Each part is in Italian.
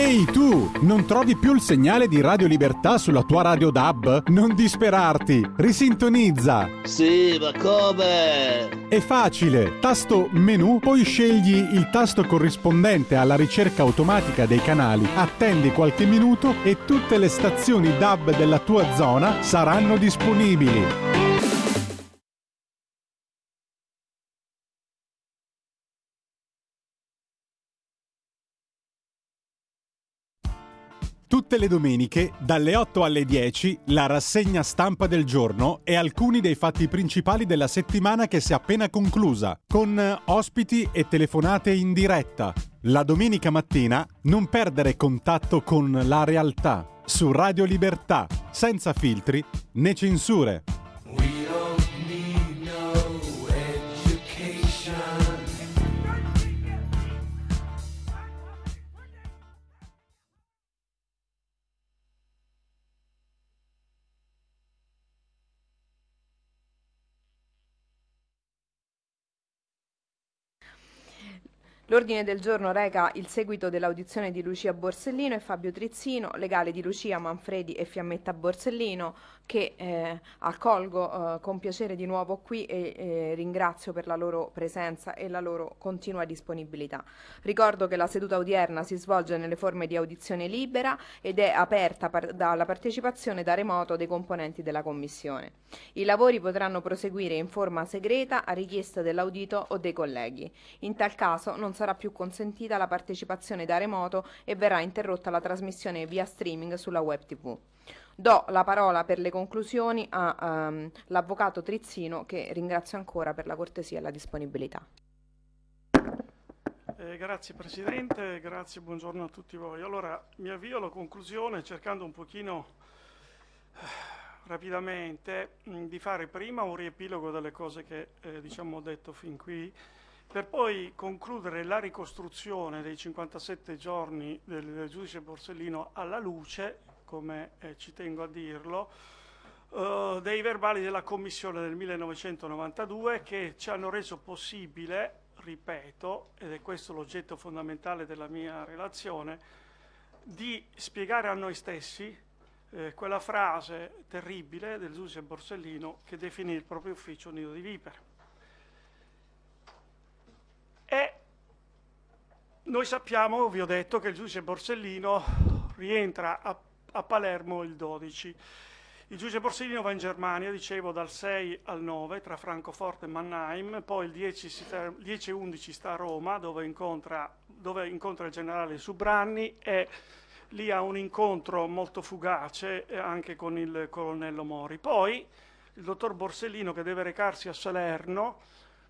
Ehi tu, non trovi più il segnale di Radio Libertà sulla tua radio DAB? Non disperarti, risintonizza! Sì, ma come? È facile, tasto menu, poi scegli il tasto corrispondente alla ricerca automatica dei canali, attendi qualche minuto e tutte le stazioni DAB della tua zona saranno disponibili. Tutte le domeniche, dalle 8 alle 10, la rassegna stampa del giorno e alcuni dei fatti principali della settimana che si è appena conclusa, con ospiti e telefonate in diretta. La domenica mattina non perdere contatto con la realtà, su Radio Libertà, senza filtri né censure. L'ordine del giorno reca il seguito dell'audizione di Lucia Borsellino e Fabio Trizzino, legale di Lucia Manfredi e Fiammetta Borsellino, che accolgo con piacere di nuovo qui e ringrazio per la loro presenza e la loro continua disponibilità. Ricordo che la seduta odierna si svolge nelle forme di audizione libera ed è aperta dalla partecipazione da remoto dei componenti della Commissione. I lavori potranno proseguire in forma segreta a richiesta dell'audito o dei colleghi. In tal caso non sarà più consentita la partecipazione da remoto e verrà interrotta la trasmissione via streaming sulla web TV. Do la parola per le conclusioni all'avvocato Trizzino, che ringrazio ancora per la cortesia e la disponibilità. Grazie Presidente, grazie, buongiorno a tutti voi. Allora mi avvio alla conclusione cercando un pochino rapidamente di fare prima un riepilogo delle cose che ho detto fin qui, per poi concludere la ricostruzione dei 57 giorni del giudice Borsellino alla luce, come ci tengo a dirlo, dei verbali della Commissione del 1992 che ci hanno reso possibile, ripeto, ed è questo l'oggetto fondamentale della mia relazione, di spiegare a noi stessi quella frase terribile del giudice Borsellino che definì il proprio ufficio nido di vipere. E noi sappiamo, vi ho detto, che il giudice Borsellino rientra a Palermo il 12. Il giudice Borsellino va in Germania, dicevo, dal 6 al 9 tra Francoforte e Mannheim, poi il 10 e 11 sta a Roma dove incontra il generale Subranni e lì ha un incontro molto fugace anche con il colonnello Mori. Poi il dottor Borsellino, che deve recarsi a Salerno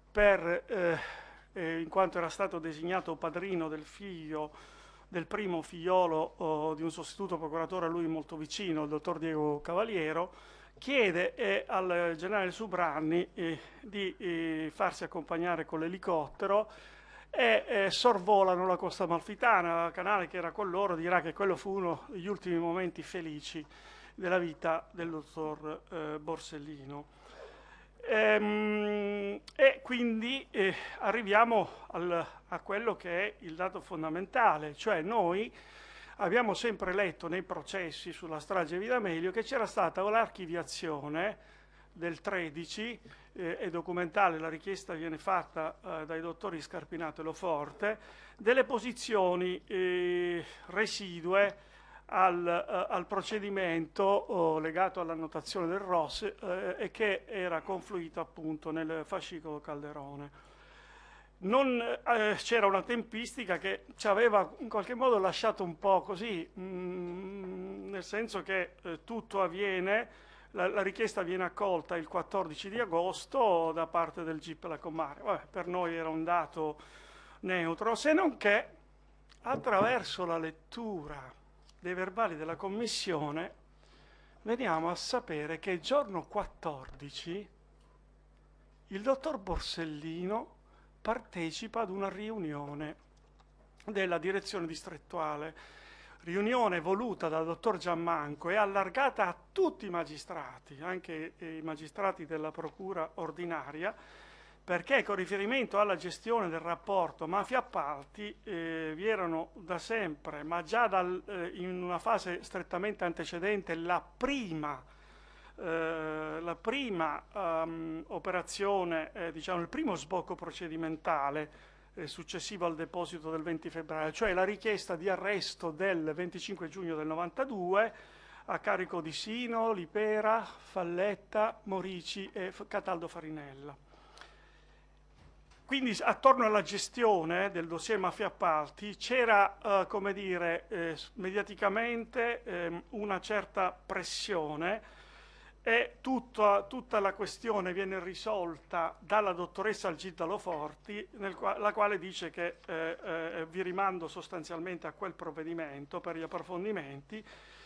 in quanto era stato designato padrino del primo figliolo di un sostituto procuratore a lui molto vicino, il dottor Diego Cavaliero, chiede al generale Subranni di farsi accompagnare con l'elicottero e sorvolano la costa amalfitana. Canale che era con loro dirà che quello fu uno degli ultimi momenti felici della vita del dottor Borsellino. E quindi arriviamo a quello che è il dato fondamentale, cioè noi abbiamo sempre letto nei processi sulla strage Via D'Amelio che c'era stata l'archiviazione del 13, è documentale, la richiesta viene fatta dai dottori Scarpinato e Loforte, delle posizioni residue al procedimento legato all'annotazione del ROS e che era confluito appunto nel fascicolo Calderone. C'era una tempistica che ci aveva in qualche modo lasciato un po' così, nel senso che tutto avviene, la richiesta viene accolta il 14 di agosto da parte del GIP Lacomare. Per noi era un dato neutro, se non che attraverso la lettura dei verbali della Commissione veniamo a sapere che il giorno 14 il dottor Borsellino partecipa ad una riunione della direzione distrettuale, riunione voluta dal dottor Giammanco e allargata a tutti i magistrati, anche i magistrati della procura ordinaria, perché con riferimento alla gestione del rapporto mafia-appalti vi erano da sempre, ma già in una fase strettamente antecedente, la prima operazione, diciamo il primo sbocco procedimentale successivo al deposito del 20 febbraio, cioè la richiesta di arresto del 25 giugno del 92 a carico di Sino, Lipera, Falletta, Morici e Cataldo Farinella. Quindi attorno alla gestione del dossier mafia appalti c'era, come dire, mediaticamente una certa pressione, e tutta la questione viene risolta dalla dottoressa Gilda Loforti, la quale dice che vi rimando sostanzialmente a quel provvedimento per gli approfondimenti.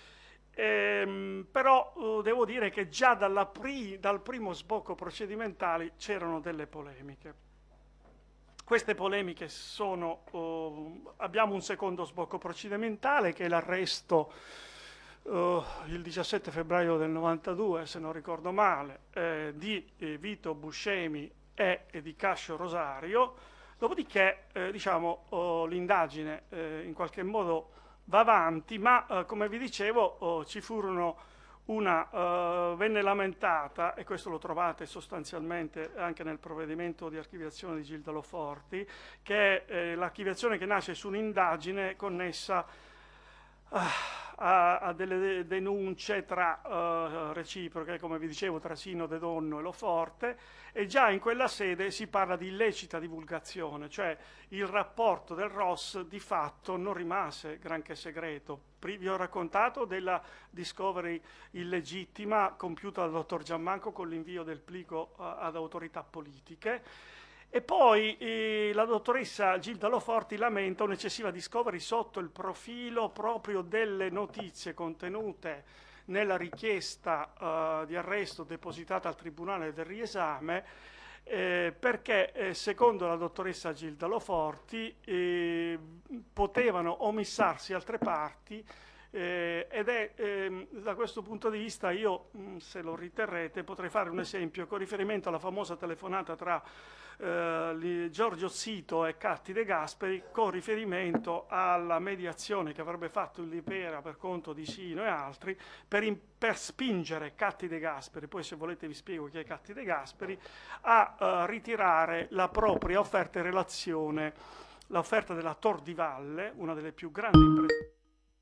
Però devo dire che già dal primo sbocco procedimentale c'erano delle polemiche. Queste polemiche abbiamo un secondo sbocco procedimentale, che è l'arresto il 17 febbraio del 92, se non ricordo male, di Vito Buscemi e di Cascio Rosario. Dopodiché diciamo, l'indagine in qualche modo va avanti, ma come vi dicevo ci furono venne lamentata, e questo lo trovate sostanzialmente anche nel provvedimento di archiviazione di Gilda Loforti, che è l'archiviazione che nasce su un'indagine connessa a delle denunce reciproche, come vi dicevo, tra Sino, De Donno e Loforte, e già in quella sede si parla di illecita divulgazione, cioè il rapporto del ROS di fatto non rimase granché segreto. Vi ho raccontato della discovery illegittima compiuta dal dottor Giammanco con l'invio del plico ad autorità politiche. E poi la dottoressa Gilda Loforti lamenta un'eccessiva discovery sotto il profilo proprio delle notizie contenute nella richiesta di arresto depositata al Tribunale del riesame, perché secondo la dottoressa Gilda Loforti potevano omissarsi altre parti, ed è da questo punto di vista, io se lo riterrete potrei fare un esempio con riferimento alla famosa telefonata tra Giorgio Zito e Catti De Gasperi, con riferimento alla mediazione che avrebbe fatto il Lipera per conto di Sino e altri per spingere Catti De Gasperi, poi se volete vi spiego chi è Catti De Gasperi, a ritirare la propria offerta in relazione, l'offerta della Tor di Valle, una delle più grandi imprese.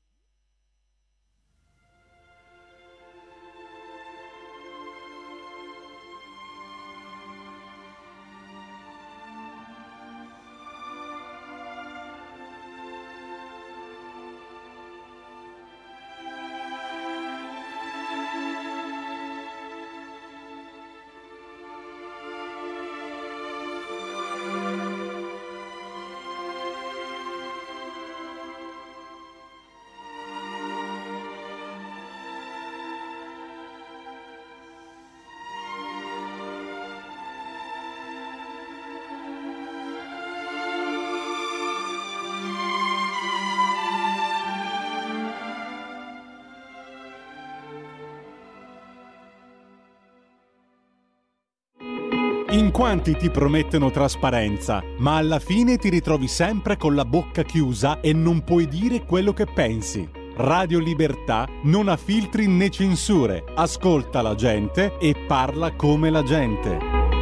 In quanti ti promettono trasparenza, ma alla fine ti ritrovi sempre con la bocca chiusa e non puoi dire quello che pensi. Radio Libertà non ha filtri né censure, ascolta la gente e parla come la gente.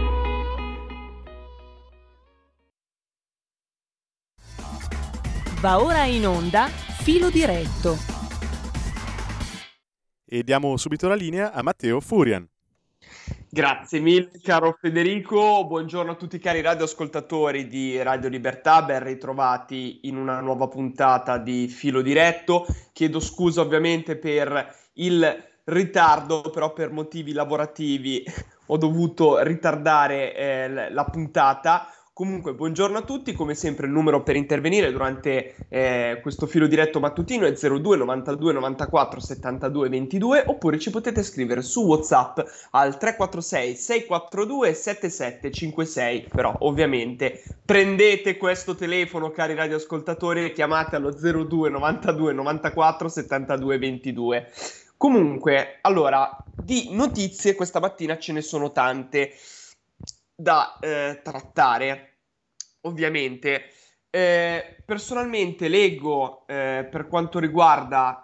Va ora in onda Filo Diretto. E diamo subito la linea a Matteo Furian. Grazie mille caro Federico, buongiorno a tutti i cari radioascoltatori di Radio Libertà, ben ritrovati in una nuova puntata di Filo Diretto. Chiedo scusa ovviamente per il ritardo, però per motivi lavorativi ho dovuto ritardare la puntata. Comunque, buongiorno a tutti, come sempre il numero per intervenire durante questo filo diretto mattutino è 02 92 94 72 22, oppure ci potete scrivere su WhatsApp al 346 642 7756, però ovviamente prendete questo telefono, cari radioascoltatori, e chiamate allo 02 92 94 72 22. Comunque, allora, di notizie questa mattina ce ne sono tante. da trattare. Ovviamente, personalmente leggo, per quanto riguarda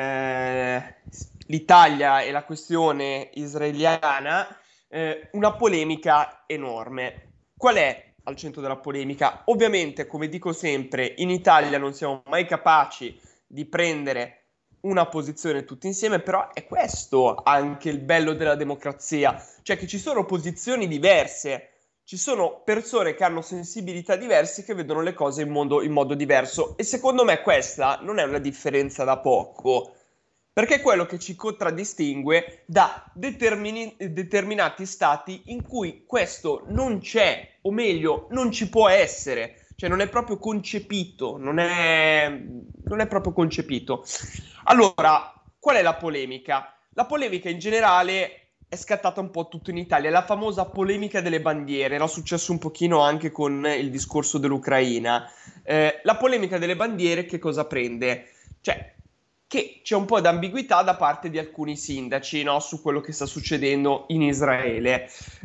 l'Italia e la questione israeliana, una polemica enorme. Qual è al centro della polemica? Ovviamente, come dico sempre, in Italia non siamo mai capaci di prendere una posizione tutti insieme, però è questo anche il bello della democrazia, cioè che ci sono posizioni diverse, ci sono persone che hanno sensibilità diverse, che vedono le cose in modo diverso, e secondo me questa non è una differenza da poco, perché è quello che ci contraddistingue da determinati stati in cui questo non c'è, o meglio, non ci può essere, cioè non è proprio concepito, non è proprio concepito. Allora, qual è la polemica? La polemica in generale è scattata un po' tutto in Italia, la famosa polemica delle bandiere, era successo un pochino anche con il discorso dell'Ucraina. La polemica delle bandiere che cosa prende? Cioè, che c'è un po' d'ambiguità da parte di alcuni sindaci, no, su quello che sta succedendo in Israele.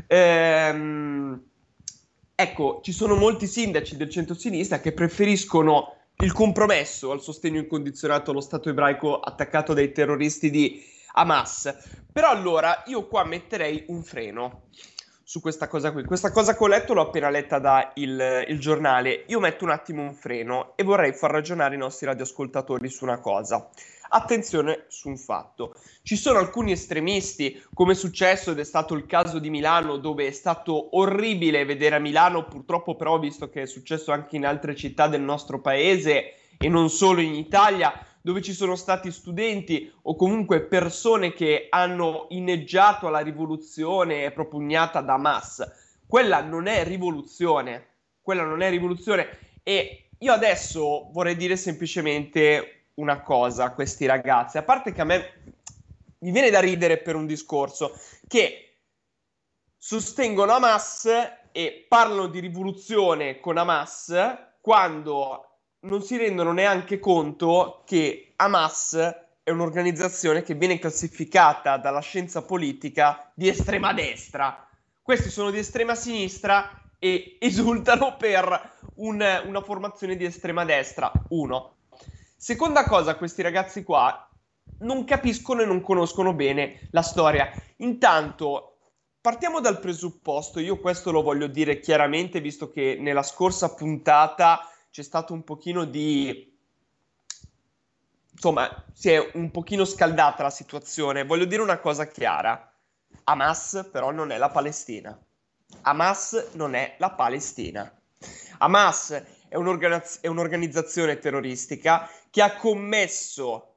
Ecco, ci sono molti sindaci del centro-sinistra che preferiscono il compromesso al sostegno incondizionato allo Stato ebraico attaccato dai terroristi di Hamas. Però allora io qua metterei un freno su questa cosa qui. Questa cosa che ho letto l'ho appena letta da il giornale. Io metto un attimo un freno e vorrei far ragionare i nostri radioascoltatori su una cosa. Attenzione su un fatto. Ci sono alcuni estremisti, come è successo ed è stato il caso di Milano, dove è stato orribile vedere a Milano, purtroppo però ho visto che è successo anche in altre città del nostro paese e non solo in Italia, dove ci sono stati studenti o comunque persone che hanno inneggiato alla rivoluzione propugnata da Hamas. Quella non è rivoluzione, e io adesso vorrei dire semplicemente una cosa a questi ragazzi, a parte che a me mi viene da ridere per un discorso, che sostengono Hamas e parlano di rivoluzione con Hamas quando non si rendono neanche conto che Hamas è un'organizzazione che viene classificata dalla scienza politica di estrema destra. Questi sono di estrema sinistra e esultano per una formazione di estrema destra. Uno. Seconda cosa, questi ragazzi qua non capiscono e non conoscono bene la storia. Intanto, partiamo dal presupposto, io questo lo voglio dire chiaramente, visto che nella scorsa puntata c'è stato un pochino di... insomma, si è un pochino scaldata la situazione. Voglio dire una cosa chiara. Hamas però non è la Palestina. Hamas non è la Palestina. Hamas è un'organizzazione terroristica che ha commesso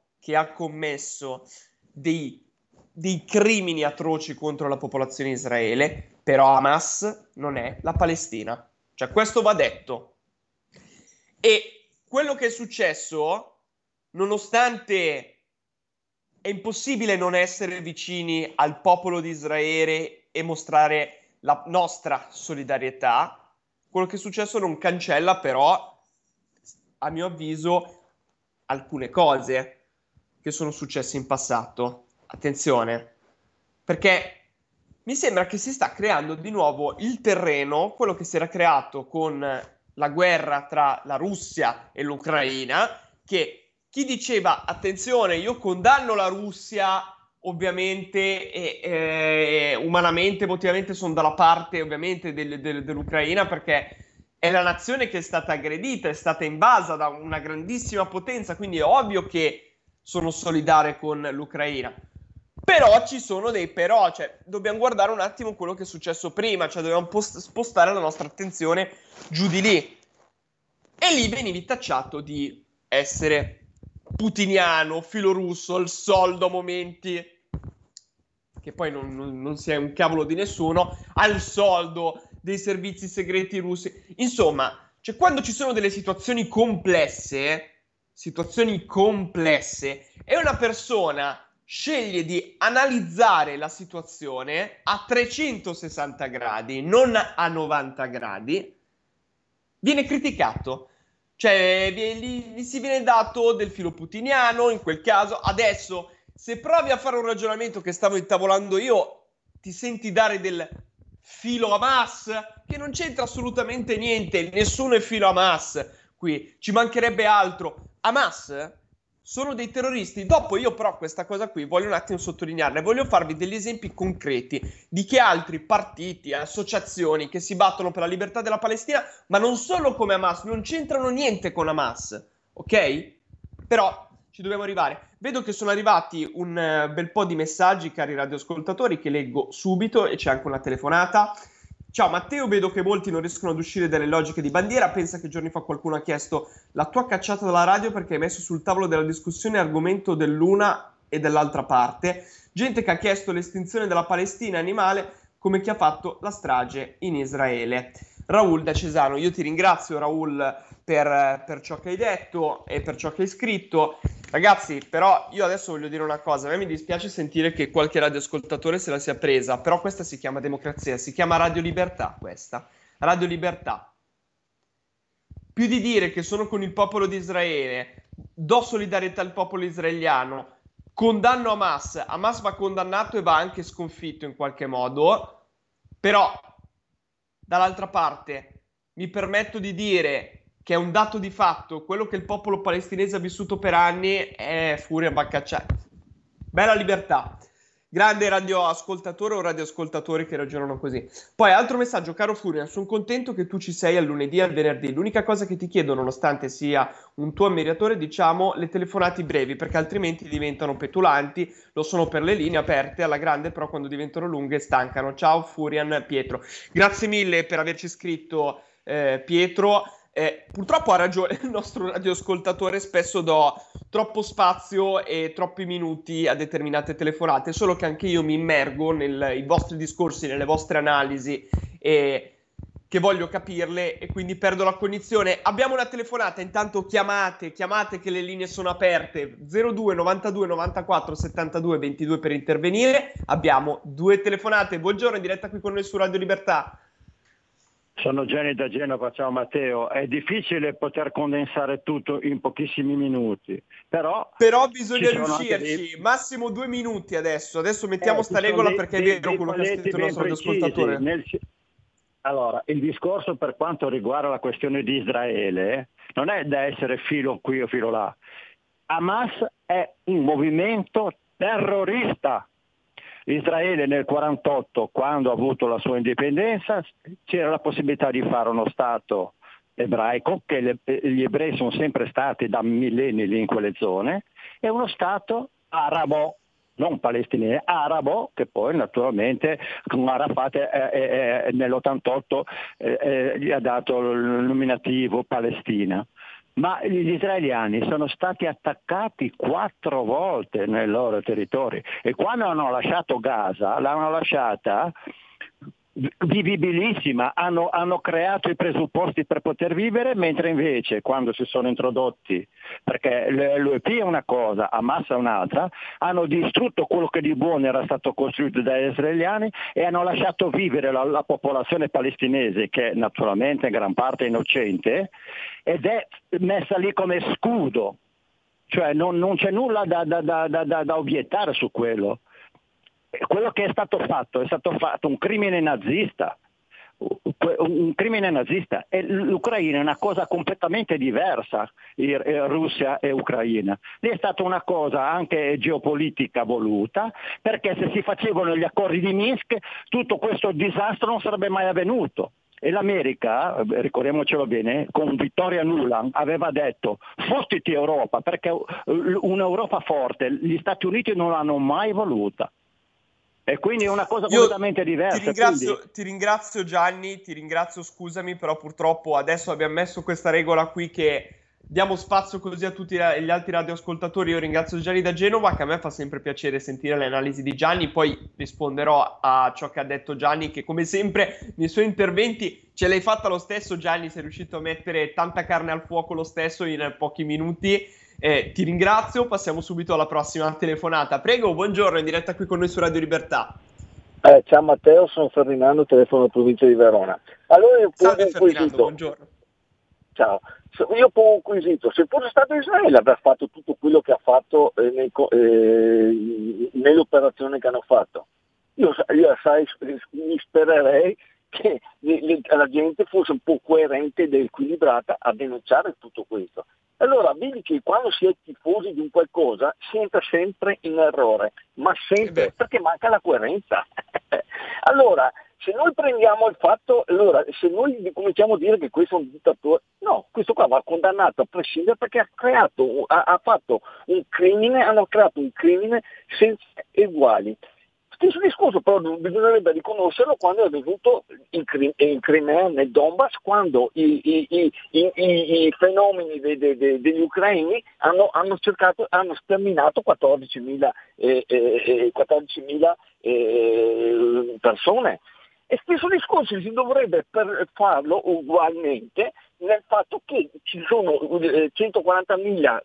dei crimini atroci contro la popolazione Israele, però Hamas non è la Palestina. Cioè, questo va detto. E quello che è successo, nonostante è impossibile non essere vicini al popolo di Israele e mostrare la nostra solidarietà, quello che è successo non cancella però, a mio avviso, alcune cose che sono successe in passato. Attenzione, perché mi sembra che si sta creando di nuovo il terreno, quello che si era creato con la guerra tra la Russia e l'Ucraina, che chi diceva attenzione, io condanno la Russia, ovviamente umanamente, emotivamente sono dalla parte ovviamente dell'Ucraina, perché è la nazione che è stata aggredita, è stata invasa da una grandissima potenza, quindi è ovvio che sono solidale con l'Ucraina. Però ci sono dei però, cioè dobbiamo guardare un attimo quello che è successo prima, cioè dobbiamo spostare la nostra attenzione giù di lì. E lì venivi tacciato di essere putiniano, filorusso, il soldo a momenti, che poi non si è un cavolo di nessuno, al soldo dei servizi segreti russi. Insomma, cioè quando ci sono delle situazioni complesse, e una persona sceglie di analizzare la situazione a 360 gradi, non a 90 gradi, viene criticato. Cioè, gli si viene dato del filo putiniano, in quel caso. Adesso, se provi a fare un ragionamento che stavo intavolando io, ti senti dare del filo Hamas, che non c'entra assolutamente niente, nessuno è filo Hamas qui, ci mancherebbe altro. Hamas sono dei terroristi. Dopo io però questa cosa qui voglio un attimo sottolinearla e voglio farvi degli esempi concreti di che altri partiti, associazioni che si battono per la libertà della Palestina, ma non solo come Hamas, non c'entrano niente con Hamas, ok? Però ci dobbiamo arrivare. Vedo che sono arrivati un bel po' di messaggi, cari radioascoltatori, che leggo subito, e c'è anche una telefonata. Ciao Matteo, vedo che molti non riescono ad uscire dalle logiche di bandiera. Pensa che giorni fa qualcuno ha chiesto la tua cacciata dalla radio perché hai messo sul tavolo della discussione argomento dell'una e dell'altra parte. Gente che ha chiesto l'estinzione della Palestina animale come chi ha fatto la strage in Israele. Raul da Cesano, io ti ringrazio Raul per ciò che hai detto e per ciò che hai scritto. Ragazzi, però io adesso voglio dire una cosa, a me mi dispiace sentire che qualche radioascoltatore se la sia presa, però questa si chiama democrazia, si chiama Radio Libertà questa, Radio Libertà. Più di dire che sono con il popolo di Israele, do solidarietà al popolo israeliano, condanno Hamas, Hamas va condannato e va anche sconfitto in qualche modo, però dall'altra parte mi permetto di dire che è un dato di fatto, quello che il popolo palestinese ha vissuto per anni è furia baccacciata. Bella libertà. Grande radioascoltatore o radioascoltatori che ragionano così. Poi altro messaggio, caro Furian, sono contento che tu ci sei al lunedì e al venerdì. L'unica cosa che ti chiedo, nonostante sia un tuo ammiratore, diciamo, le telefonate brevi, perché altrimenti diventano petulanti, lo sono per le linee aperte alla grande, però quando diventano lunghe stancano. Ciao Furian Pietro. Grazie mille per averci scritto, Pietro. Purtroppo ha ragione il nostro radioascoltatore, spesso do troppo spazio e troppi minuti a determinate telefonate, solo che anche io mi immergo nei vostri discorsi, nelle vostre analisi e che voglio capirle e quindi perdo la cognizione. Abbiamo una telefonata, intanto chiamate che le linee sono aperte, 02 92 94 72 22 per intervenire. Abbiamo due telefonate. Buongiorno, in diretta qui con noi su Radio Libertà. Sono Gianni da Genova, ciao Matteo. È difficile poter condensare tutto in pochissimi minuti, però bisogna riuscirci, massimo 2 minuti adesso mettiamo sta regola perché è vero quello che ha scritto il nostro ascoltatore. Allora, il discorso per quanto riguarda la questione di Israele non è da essere filo qui o filo là. Hamas è un movimento terrorista. Israele nel 1948, quando ha avuto la sua indipendenza, c'era la possibilità di fare uno Stato ebraico, che gli ebrei sono sempre stati da millenni lì in quelle zone, e uno Stato arabo, non palestinese, arabo, che poi naturalmente con Arafat nell'88 gli ha dato il nominativo Palestina. Ma gli israeliani sono stati attaccati 4 volte nei loro territori e quando hanno lasciato Gaza l'hanno lasciata vivibilissima, hanno creato i presupposti per poter vivere, mentre invece quando si sono introdotti, perché l'OEP è una cosa, Hamas è un'altra, hanno distrutto quello che di buono era stato costruito dagli israeliani e hanno lasciato vivere la popolazione palestinese, che naturalmente in gran parte è innocente, ed è messa lì come scudo, cioè non c'è nulla da obiettare su quello. Quello che è stato fatto un crimine nazista, e l'Ucraina è una cosa completamente diversa, Russia e Ucraina. Lì è stata una cosa anche geopolitica voluta, perché se si facevano gli accordi di Minsk tutto questo disastro non sarebbe mai avvenuto. E l'America, ricordiamocelo bene, con Vittoria Nuland aveva detto fottiti Europa, perché un'Europa forte gli Stati Uniti non l'hanno mai voluta. E quindi è una cosa completamente diversa. Ti ringrazio Gianni, scusami, però purtroppo adesso abbiamo messo questa regola qui che diamo spazio così a tutti gli altri radioascoltatori. Io ringrazio Gianni da Genova, che a me fa sempre piacere sentire le analisi di Gianni, poi risponderò a ciò che ha detto Gianni, che come sempre nei suoi interventi ce l'hai fatta lo stesso Gianni, sei riuscito a mettere tanta carne al fuoco lo stesso in pochi minuti. Ti ringrazio, passiamo subito alla prossima telefonata. Prego, buongiorno, in diretta qui con noi su Radio Libertà. Ciao Matteo, sono Ferdinando, telefono provincia di Verona. Allora io Salve Ferdinando, buongiorno. Ciao, io pongo un quesito. Se fosse stato Israele aver fatto tutto quello che ha fatto nell'operazione che hanno fatto, io sai, mi spererei che la gente fosse un po' coerente ed equilibrata a denunciare tutto questo. Allora vedi che quando si è tifosi di un qualcosa si entra sempre in errore, ma sempre, perché manca la coerenza. Allora, se noi prendiamo il fatto, allora se noi cominciamo a dire che questo è un dittatore, no, questo qua va condannato a prescindere perché ha fatto un crimine, hanno creato un crimine senza eguali. Stesso discorso però bisognerebbe riconoscerlo quando è avvenuto in Crimea, nel Donbass, quando i fenomeni degli ucraini hanno sterminato 14.000 persone. E stesso discorso si dovrebbe farlo ugualmente nel fatto che ci sono 140.000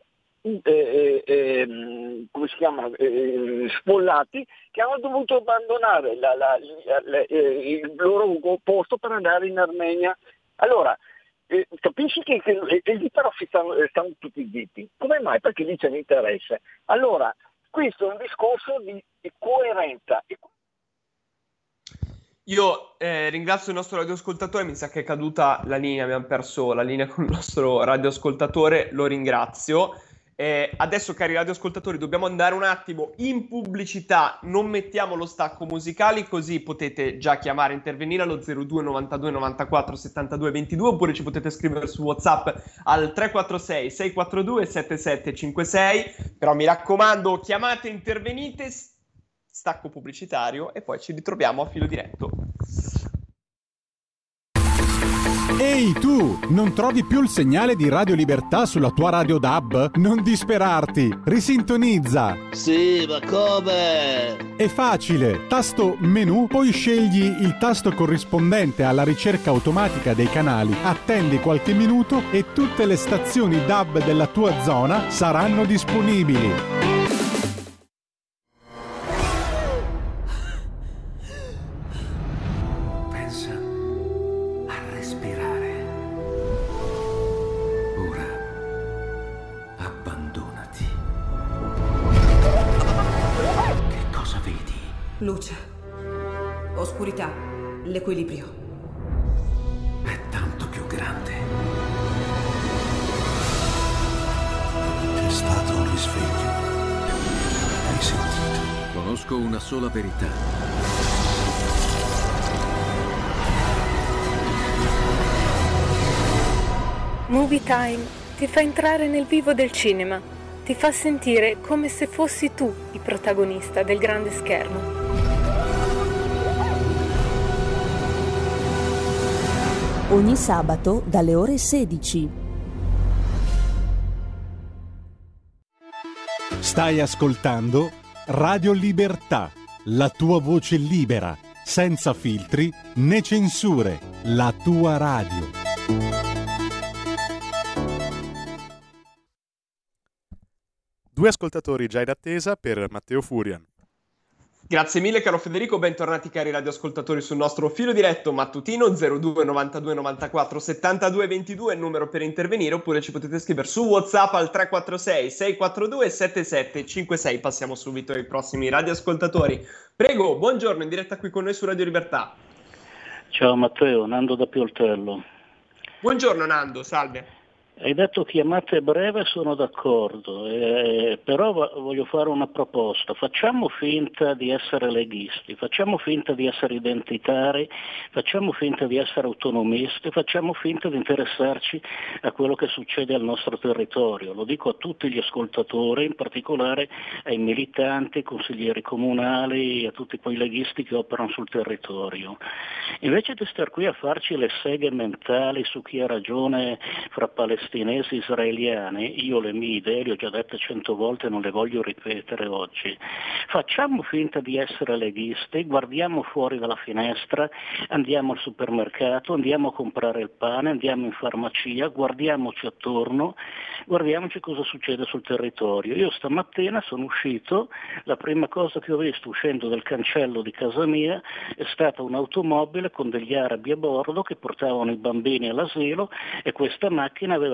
come si chiama, sfollati che hanno dovuto abbandonare il loro posto per andare in Armenia. Allora, capisci che lì però stanno tutti zitti. Come mai? Perché lì c'è l'interesse. Allora, questo è un discorso di coerenza. Io ringrazio il nostro radioascoltatore, mi sa che è caduta la linea, abbiamo perso la linea con il nostro radioascoltatore, lo ringrazio. Adesso, cari radioascoltatori, dobbiamo andare un attimo in pubblicità, non mettiamo lo stacco musicale, così potete già chiamare e intervenire allo 02 92 94 72 22, oppure ci potete scrivere su WhatsApp al 346 642 7756, però mi raccomando, chiamate, intervenite, stacco pubblicitario e poi ci ritroviamo a filo diretto. Ehi tu, non trovi più il segnale di Radio Libertà sulla tua radio DAB? Non disperarti, risintonizza! Sì, ma come? È facile, tasto menu, poi scegli il tasto corrispondente alla ricerca automatica dei canali, attendi qualche minuto e tutte le stazioni DAB della tua zona saranno disponibili. Luce, oscurità, l'equilibrio. È tanto più grande. È stato un risveglio. Hai sentito? Conosco una sola verità. Movie Time ti fa entrare nel vivo del cinema, ti fa sentire come se fossi tu il protagonista del grande schermo. Ogni sabato dalle ore 16. Stai ascoltando Radio Libertà, la tua voce libera, senza filtri né censure, la tua radio. Due ascoltatori già in attesa per Matteo Furian. Grazie mille caro Federico, bentornati cari radioascoltatori sul nostro filo diretto mattutino 02 92 94 72 22 è il numero per intervenire, oppure ci potete scrivere su WhatsApp al 346 642 7756. Passiamo subito ai prossimi radioascoltatori. Prego, buongiorno, in diretta qui con noi su Radio Libertà. Ciao Matteo, Nando da Pioltello. Buongiorno Nando, salve. Hai detto chiamate breve, sono d'accordo, però voglio fare una proposta. Facciamo finta di essere leghisti, facciamo finta di essere identitari, facciamo finta di essere autonomisti, facciamo finta di interessarci a quello che succede al nostro territorio. Lo dico a tutti gli ascoltatori, in particolare ai militanti, consiglieri comunali, a tutti quei leghisti che operano sul territorio. Invece di star qui a farci le seghe mentali su chi ha ragione fra palestinesi e israeliani, io le mie idee le ho già dette 100 volte e non le voglio ripetere oggi. Facciamo finta di essere leghisti, guardiamo fuori dalla finestra, andiamo al supermercato, andiamo a comprare il pane, andiamo in farmacia, guardiamoci attorno, guardiamoci cosa succede sul territorio. Io stamattina sono uscito, la prima cosa che ho visto uscendo dal cancello di casa mia è stata un'automobile con degli arabi a bordo che portavano i bambini all'asilo, e questa macchina aveva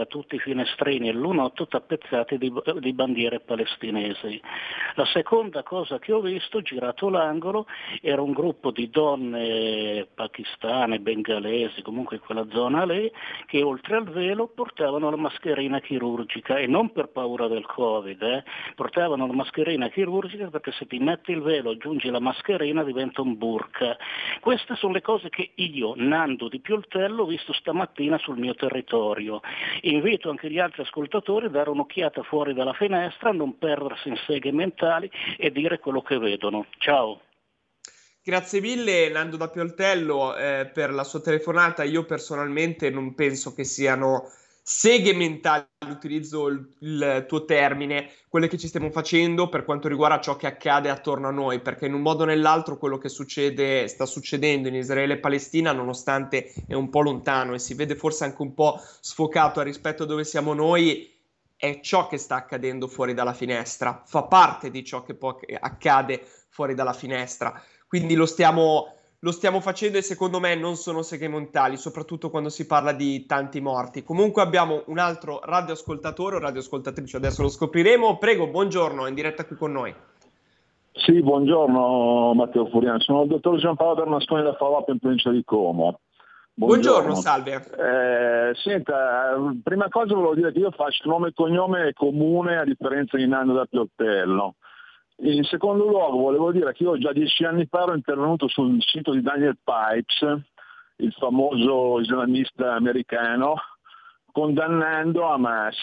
aveva tutti i finestrini e lunotto tappezzati di bandiere palestinesi. La seconda cosa che ho visto, girato l'angolo, era un gruppo di donne pakistane, bengalesi, comunque in quella zona lì, che oltre al velo portavano la mascherina chirurgica, e non per paura del Covid, portavano la mascherina chirurgica perché se ti metti il velo, aggiungi la mascherina, diventa un burqa. Queste sono le cose che io, Nando di Pioltello, ho visto stamattina sul mio territorio. Invito anche gli altri ascoltatori a dare un'occhiata fuori dalla finestra, non perdersi in seghe mentali e dire quello che vedono. Ciao. Grazie mille Nando da Pioltello per la sua telefonata. Io personalmente non penso che siano seghe mentali, utilizzo il tuo termine, quelle che ci stiamo facendo per quanto riguarda ciò che accade attorno a noi, perché in un modo o nell'altro quello che sta succedendo in Israele e Palestina, nonostante è un po' lontano e si vede forse anche un po' sfocato rispetto a dove siamo noi, è ciò che sta accadendo fuori dalla finestra, fa parte di ciò che poi accade fuori dalla finestra. Quindi lo stiamo facendo e secondo me non sono seghe mentali, soprattutto quando si parla di tanti morti. Comunque abbiamo un altro radioascoltatore o radioascoltatrice, adesso lo scopriremo. Prego, buongiorno, in diretta qui con noi. Sì, buongiorno Matteo Furiani, sono il dottor Giampaolo Bernasconi da Favappa in provincia di Como. Buongiorno, salve. Senta, prima cosa volevo dire che io faccio nome e cognome comune a differenza di Nando da Pioltello. In secondo luogo volevo dire che io già 10 anni fa ero intervenuto sul sito di Daniel Pipes, il famoso islamista americano, condannando Hamas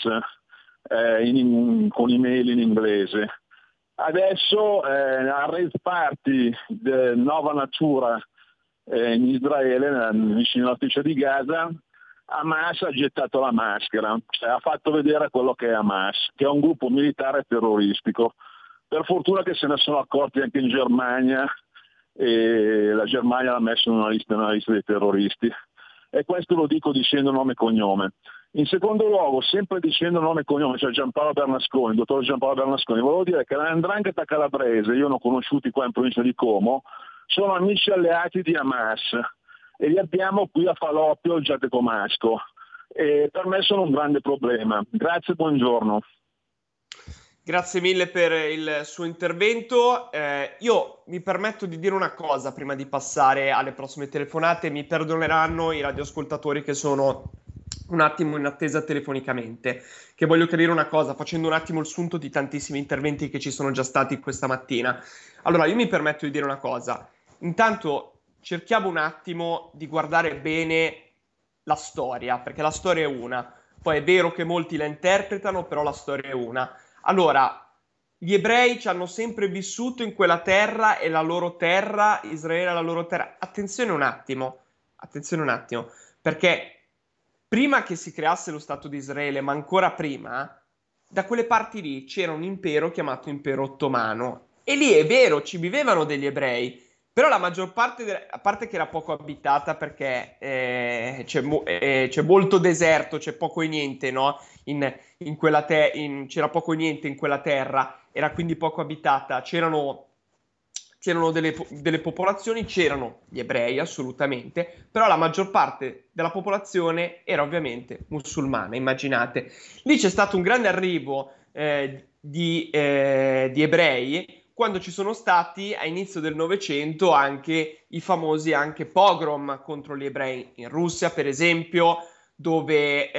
con email in inglese. Adesso a Rave Party del Nova Natura in Israele, vicino alla striscia di Gaza, Hamas ha gettato la maschera, cioè ha fatto vedere quello che è Hamas, che è un gruppo militare terroristico. Per fortuna che se ne sono accorti anche in Germania, e la Germania l'ha messo in una lista dei terroristi. E questo lo dico dicendo nome e cognome. In secondo luogo, sempre dicendo nome e cognome, cioè Giampaolo Bernasconi, il dottor Giampaolo Bernasconi, volevo dire che la 'ndrangheta calabrese, io ne ho conosciuti qua in provincia di Como, sono amici alleati di Hamas e li abbiamo qui a Faloppio, il Giatecomasco. E per me sono un grande problema. Grazie, buongiorno. Grazie mille per il suo intervento. Io mi permetto di dire una cosa prima di passare alle prossime telefonate. Mi perdoneranno i radioascoltatori che sono un attimo in attesa telefonicamente, che voglio chiarire una cosa, facendo un attimo il sunto di tantissimi interventi che ci sono già stati questa mattina. Allora, io mi permetto di dire una cosa. Intanto cerchiamo un attimo di guardare bene la storia, perché la storia è una. Poi è vero che molti la interpretano, però la storia è una. Allora, gli ebrei ci hanno sempre vissuto in quella terra e la loro terra, Israele è la loro terra. Attenzione un attimo, perché prima che si creasse lo Stato di Israele, ma ancora prima, da quelle parti lì c'era un impero chiamato Impero Ottomano. E lì è vero, ci vivevano degli ebrei, però la maggior parte, a parte che era poco abitata perché c'è molto deserto, c'è poco e niente, no? C'era poco e niente in quella terra, era quindi poco abitata, c'erano delle popolazioni, c'erano gli ebrei assolutamente, però la maggior parte della popolazione era ovviamente musulmana, immaginate. Lì c'è stato un grande arrivo di ebrei, quando ci sono stati a inizio del Novecento anche i famosi pogrom contro gli ebrei in Russia, per esempio, dove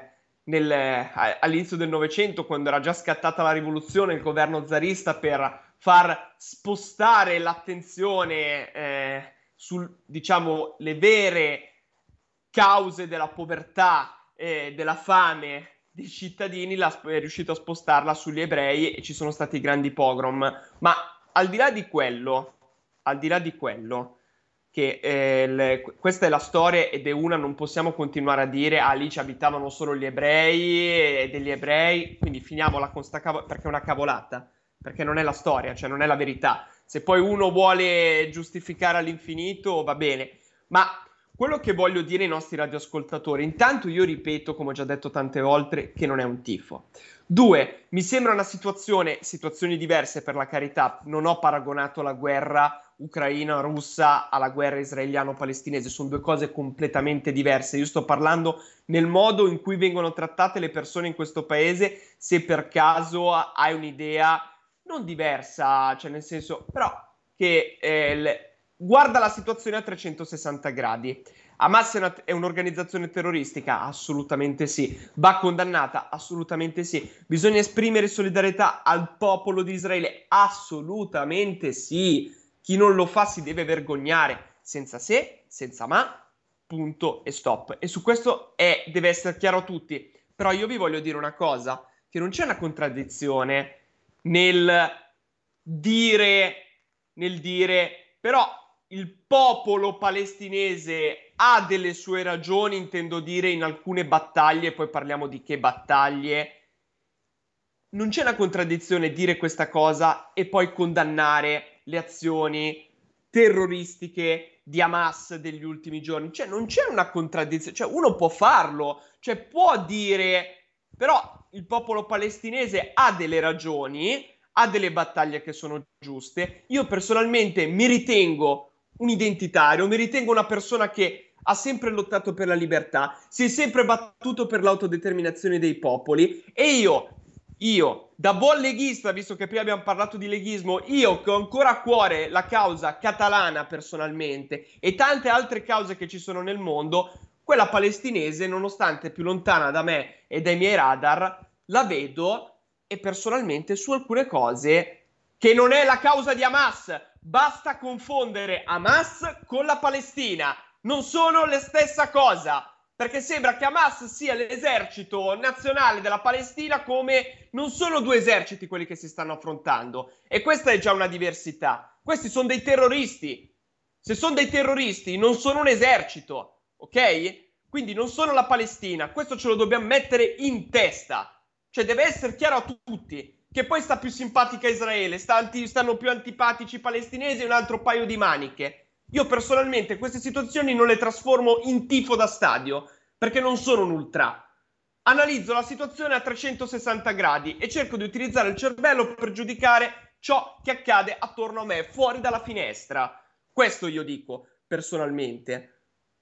all'inizio del Novecento, quando era già scattata la rivoluzione, il governo zarista, per far spostare l'attenzione diciamo, le vere cause della povertà e della fame dei cittadini, è riuscito a spostarla sugli ebrei e ci sono stati grandi pogrom. Ma al di là di quello, che questa è la storia ed è una, non possiamo continuare a dire lì ci abitavano solo gli ebrei e degli ebrei, quindi finiamola con perché è una cavolata, perché non è la storia, cioè non è la verità. Se poi uno vuole giustificare all'infinito va bene, ma quello che voglio dire ai nostri radioascoltatori, intanto io ripeto, come ho già detto tante volte, che non è un tifo. 2, mi sembra una situazioni diverse, per la carità, non ho paragonato la guerra ucraina-russa alla guerra israeliano-palestinese, sono due cose completamente diverse. Io sto parlando nel modo in cui vengono trattate le persone in questo paese, se per caso hai un'idea non diversa, cioè nel senso, però che guarda la situazione a 360 gradi. Hamas è un'organizzazione terroristica? Assolutamente sì. Va condannata? Assolutamente sì. Bisogna esprimere solidarietà al popolo di Israele? Assolutamente sì. Chi non lo fa si deve vergognare. Senza se, senza ma, punto e stop. E su questo deve essere chiaro a tutti. Però io vi voglio dire una cosa, che non c'è una contraddizione nel dire, però il popolo palestinese ha delle sue ragioni, intendo dire, in alcune battaglie, poi parliamo di che battaglie. Non c'è una contraddizione dire questa cosa e poi condannare le azioni terroristiche di Hamas degli ultimi giorni. Cioè non c'è una contraddizione, cioè uno può farlo, cioè può dire, però il popolo palestinese ha delle ragioni, ha delle battaglie che sono giuste. Io personalmente mi ritengo un identitario, mi ritengo una persona che ha sempre lottato per la libertà, si è sempre battuto per l'autodeterminazione dei popoli, e io, da buon leghista, visto che prima abbiamo parlato di leghismo, io che ho ancora a cuore la causa catalana personalmente e tante altre cause che ci sono nel mondo, quella palestinese, nonostante più lontana da me e dai miei radar, la vedo, e personalmente su alcune cose, che non è la causa di Hamas. Basta confondere Hamas con la Palestina. Non sono la stessa cosa, perché sembra che Hamas sia l'esercito nazionale della Palestina, come non sono due eserciti quelli che si stanno affrontando. E questa è già una diversità. Questi sono dei terroristi. Se sono dei terroristi non sono un esercito, ok? Quindi non sono la Palestina. Questo ce lo dobbiamo mettere in testa. Cioè deve essere chiaro a tutti. Che poi sta più simpatica Israele, stanno più antipatici i palestinesi, un altro paio di maniche. Io personalmente queste situazioni non le trasformo in tifo da stadio, perché non sono un ultra. Analizzo la situazione a 360 gradi e cerco di utilizzare il cervello per giudicare ciò che accade attorno a me, fuori dalla finestra. Questo io dico, personalmente.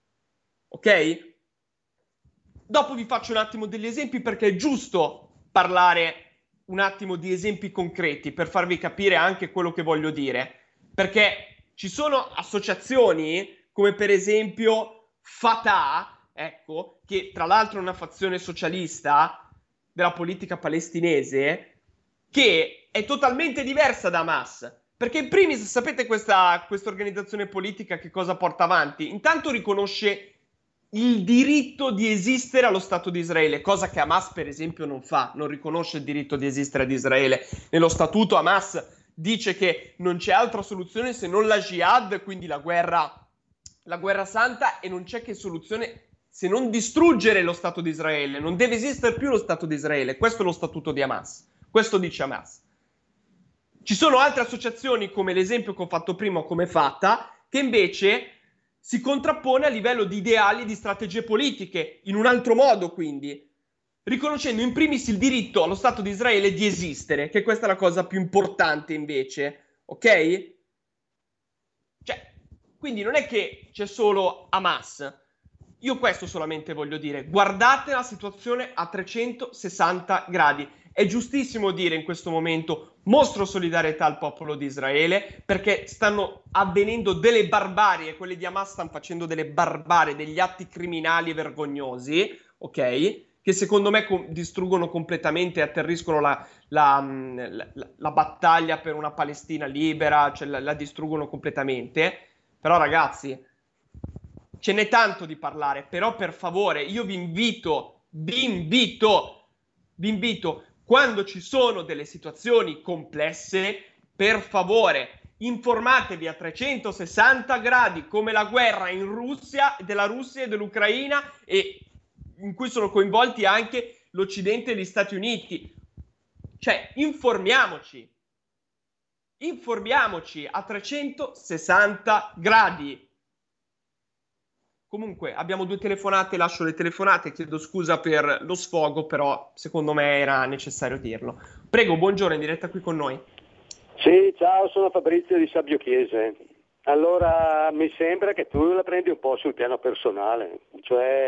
Ok? Dopo vi faccio un attimo degli esempi, perché è giusto parlare un attimo di esempi concreti per farvi capire anche quello che voglio dire, perché ci sono associazioni come per esempio Fatah, ecco, che tra l'altro è una fazione socialista della politica palestinese, che è totalmente diversa da Hamas, perché in primis sapete questa organizzazione politica che cosa porta avanti? Intanto riconosce il diritto di esistere allo Stato di Israele, cosa che Hamas per esempio non fa, non riconosce il diritto di esistere ad Israele. Nello statuto Hamas dice che non c'è altra soluzione se non la jihad, quindi la guerra santa, e non c'è che soluzione se non distruggere lo Stato di Israele, non deve esistere più lo Stato di Israele. Questo è lo statuto di Hamas, questo dice Hamas. Ci sono altre associazioni, come l'esempio che ho fatto prima, come Fatah, che invece si contrappone a livello di ideali e di strategie politiche, in un altro modo quindi, riconoscendo in primis il diritto allo Stato di Israele di esistere, che questa è la cosa più importante invece, ok? Cioè, quindi non è che c'è solo Hamas. Io questo solamente voglio dire, guardate la situazione a 360 gradi. È giustissimo dire in questo momento mostro solidarietà al popolo di Israele, perché stanno avvenendo delle barbarie, quelli di Hamas stanno facendo delle barbarie, degli atti criminali e vergognosi, ok? Che secondo me distruggono completamente e atterriscono la battaglia per una Palestina libera, cioè la distruggono completamente. Però ragazzi, ce n'è tanto di parlare, però per favore io vi invito, quando ci sono delle situazioni complesse, per favore, informatevi a 360 gradi, come la guerra in Russia, della Russia e dell'Ucraina, e in cui sono coinvolti anche l'Occidente e gli Stati Uniti. Cioè, informiamoci a 360 gradi. Comunque, abbiamo 2 telefonate, lascio le telefonate, chiedo scusa per lo sfogo, però secondo me era necessario dirlo. Prego, buongiorno, in diretta qui con noi. Sì, ciao, sono Fabrizio di Sabbio Chiese. Allora mi sembra che tu la prendi un po' sul piano personale, cioè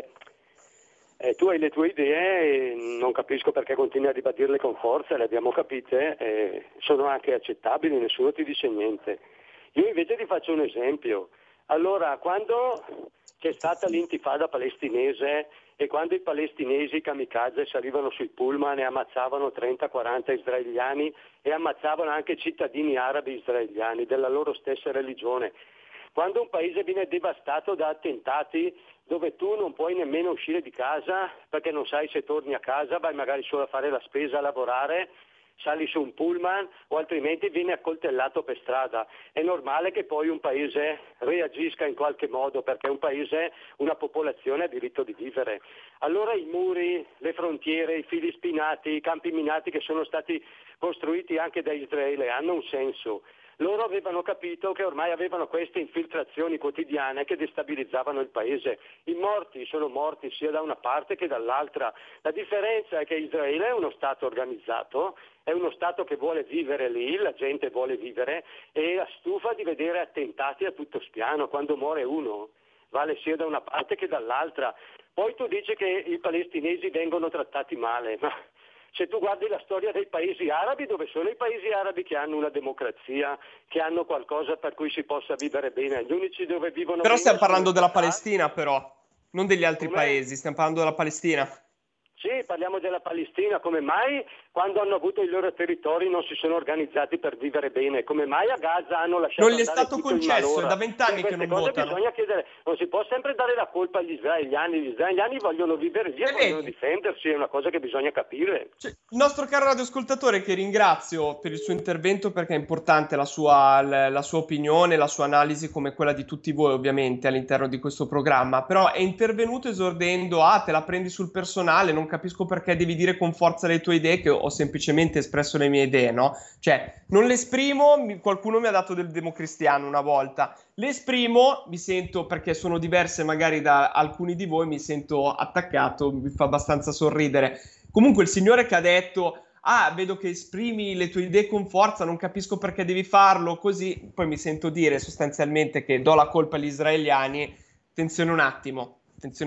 tu hai le tue idee, e non capisco perché continui a ribadirle con forza, le abbiamo capite, sono anche accettabili, nessuno ti dice niente. Io invece ti faccio un esempio. Allora, quando c'è stata l'intifada palestinese e quando i palestinesi kamikaze salivano sui pullman e ammazzavano 30-40 israeliani e ammazzavano anche cittadini arabi israeliani della loro stessa religione, quando un paese viene devastato da attentati dove tu non puoi nemmeno uscire di casa perché non sai se torni a casa, vai magari solo a fare la spesa, a lavorare, sali su un pullman o altrimenti vieni accoltellato per strada. È normale che poi un paese reagisca in qualche modo perché un paese, una popolazione ha diritto di vivere. Allora i muri, le frontiere, i fili spinati, i campi minati che sono stati costruiti anche da Israele hanno un senso. Loro avevano capito che ormai avevano queste infiltrazioni quotidiane che destabilizzavano il paese. I morti sono morti sia da una parte che dall'altra. La differenza è che Israele è uno Stato organizzato, è uno Stato che vuole vivere lì, la gente vuole vivere e la stufa di vedere attentati a tutto spiano. Quando muore uno vale sia da una parte che dall'altra. Poi tu dici che i palestinesi vengono trattati male, ma se tu guardi la storia dei paesi arabi, dove sono i paesi arabi che hanno una democrazia, che hanno qualcosa per cui si possa vivere bene? Gli unici dove vivono Però bene stiamo parlando sono della Palestina, però, non degli altri Com'è? paesi, stiamo parlando della Palestina. Sì, parliamo della Palestina. Come mai quando hanno avuto i loro territori non si sono organizzati per vivere bene? Come mai a Gaza hanno lasciato Non gli è andare stato tutto in concesso, malora? è da 20 anni che non Queste cose votano. bisogna chiedere. Non si può sempre dare la colpa agli israeliani. Gli israeliani vogliono vivere via, vogliono difendersi, è una cosa che bisogna capire. Il nostro caro radioascoltatore, che ringrazio per il suo intervento perché è importante la sua opinione, la sua analisi, come quella di tutti voi ovviamente all'interno di questo programma, però è intervenuto esordendo: te la prendi sul personale, non capisco perché devi dire con forza le tue idee, che ho semplicemente espresso le mie idee, no? Cioè, non le esprimo, qualcuno mi ha dato del democristiano una volta, le esprimo, mi sento, perché sono diverse magari da alcuni di voi, mi sento attaccato, mi fa abbastanza sorridere. Comunque il signore che ha detto: vedo che esprimi le tue idee con forza, non capisco perché devi farlo, così, poi mi sento dire sostanzialmente che do la colpa agli israeliani. Attenzione un attimo.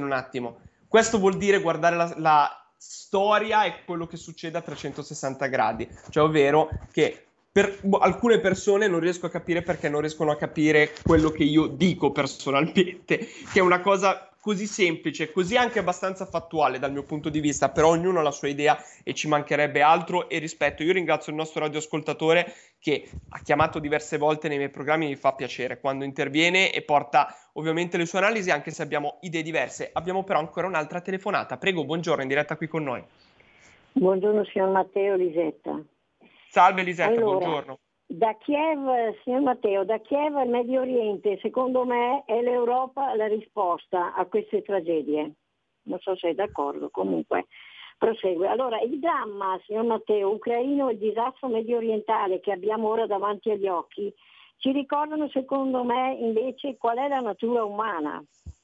Questo vuol dire guardare la storia e quello che succede a 360 gradi, cioè ovvero che per alcune persone non riesco a capire perché non riescono a capire quello che io dico personalmente, che è una cosa così semplice, così anche abbastanza fattuale dal mio punto di vista, però ognuno ha la sua idea e ci mancherebbe altro, e rispetto. Io ringrazio il nostro radioascoltatore che ha chiamato diverse volte nei miei programmi, mi fa piacere quando interviene e porta ovviamente le sue analisi, anche se abbiamo idee diverse. Abbiamo però ancora un'altra telefonata. Prego, buongiorno, in diretta qui con noi. Buongiorno signor Matteo, Lisetta. Salve Lisetta, allora, buongiorno. Da Kiev, signor Matteo, da Kiev al Medio Oriente, secondo me è l'Europa la risposta a queste tragedie. Non so se è d'accordo, comunque prosegue. Allora, il dramma, signor Matteo, ucraino e il disastro medio orientale che abbiamo ora davanti agli occhi ci ricordano, secondo me, invece qual è la natura umana.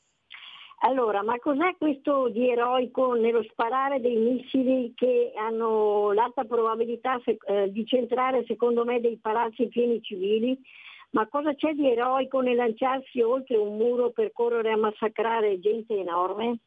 Allora, ma cos'è questo di eroico nello sparare dei missili che hanno l'alta probabilità di centrare, secondo me, dei palazzi pieni civili? Ma cosa c'è di eroico nel lanciarsi oltre un muro per correre a massacrare gente enorme?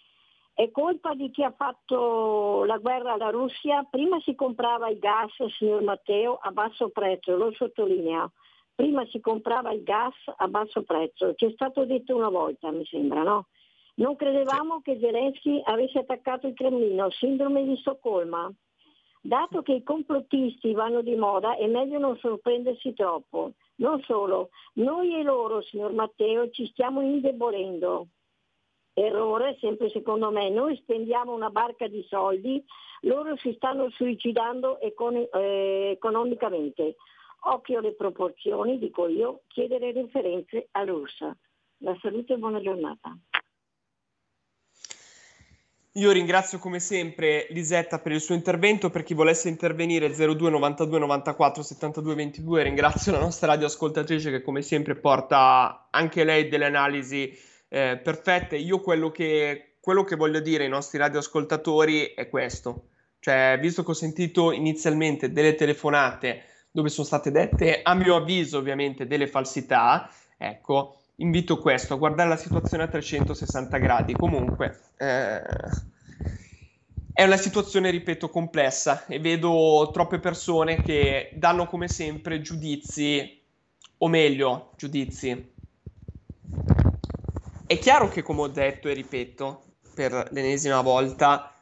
È colpa di chi ha fatto la guerra alla Russia? Prima si comprava il gas, signor Matteo, a basso prezzo, lo sottolineo. Prima si comprava il gas a basso prezzo. Ci è stato detto una volta, mi sembra, no? Non credevamo che Zelensky avesse attaccato il Cremlino, sindrome di Stoccolma. Dato che i complottisti vanno di moda, è meglio non sorprendersi troppo. Non solo, noi e loro, signor Matteo, ci stiamo indebolendo. Errore, sempre secondo me, noi spendiamo una barca di soldi, loro si stanno suicidando economicamente. Occhio alle proporzioni, dico io, chiedere referenze all'URSS. La salute e buona giornata. Io ringrazio come sempre Lisetta per il suo intervento. Per chi volesse intervenire 02 92 94 72 22, ringrazio la nostra radioascoltatrice che come sempre porta anche lei delle analisi perfette. Io quello che voglio dire ai nostri radioascoltatori è questo, cioè, visto che ho sentito inizialmente delle telefonate dove sono state dette, a mio avviso ovviamente, delle falsità, Ecco, invito questo, a guardare la situazione a 360 gradi. Comunque, è una situazione, ripeto, complessa e vedo troppe persone che danno come sempre giudizi, o meglio, giudizi. È chiaro che, come ho detto e ripeto per l'ennesima volta,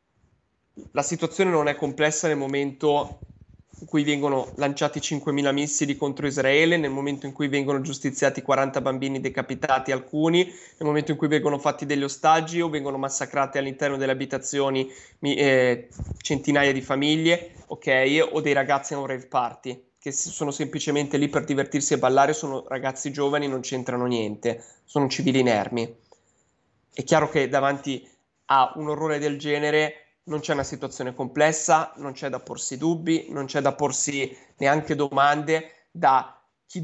la situazione non è complessa nel momento in cui vengono lanciati 5.000 missili contro Israele, nel momento in cui vengono giustiziati 40 bambini decapitati, alcuni, nel momento in cui vengono fatti degli ostaggi o vengono massacrate all'interno delle abitazioni centinaia di famiglie, ok? O dei ragazzi a un rave party, che sono semplicemente lì per divertirsi e ballare, sono ragazzi giovani, non c'entrano niente, sono civili inermi. È chiaro che davanti a un orrore del genere non c'è una situazione complessa, non c'è da porsi dubbi, non c'è da porsi neanche domande a